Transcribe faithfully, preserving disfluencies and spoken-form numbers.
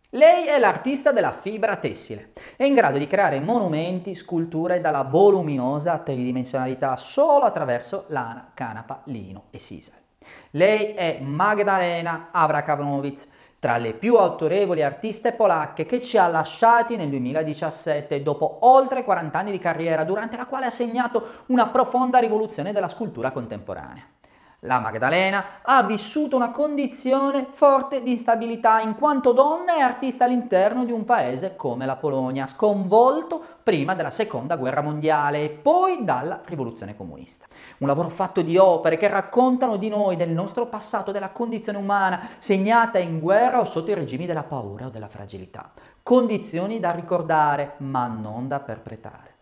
Lei è l'artista della fibra tessile. È in grado di creare monumenti, sculture dalla voluminosa tridimensionalità solo attraverso lana, canapa, lino e sisal. Lei è Magdalena Abrakanowicz, tra le più autorevoli artiste polacche che ci ha lasciati nel duemiladiciassette dopo oltre quaranta anni di carriera, durante la quale ha segnato una profonda rivoluzione della scultura contemporanea. La Magdalena ha vissuto una condizione forte di instabilità in quanto donna e artista all'interno di un paese come la Polonia, sconvolto prima della seconda guerra mondiale e poi dalla rivoluzione comunista. Un lavoro fatto di opere che raccontano di noi, del nostro passato, della condizione umana segnata in guerra o sotto i regimi della paura o della fragilità. Condizioni da ricordare ma non da perpetrare.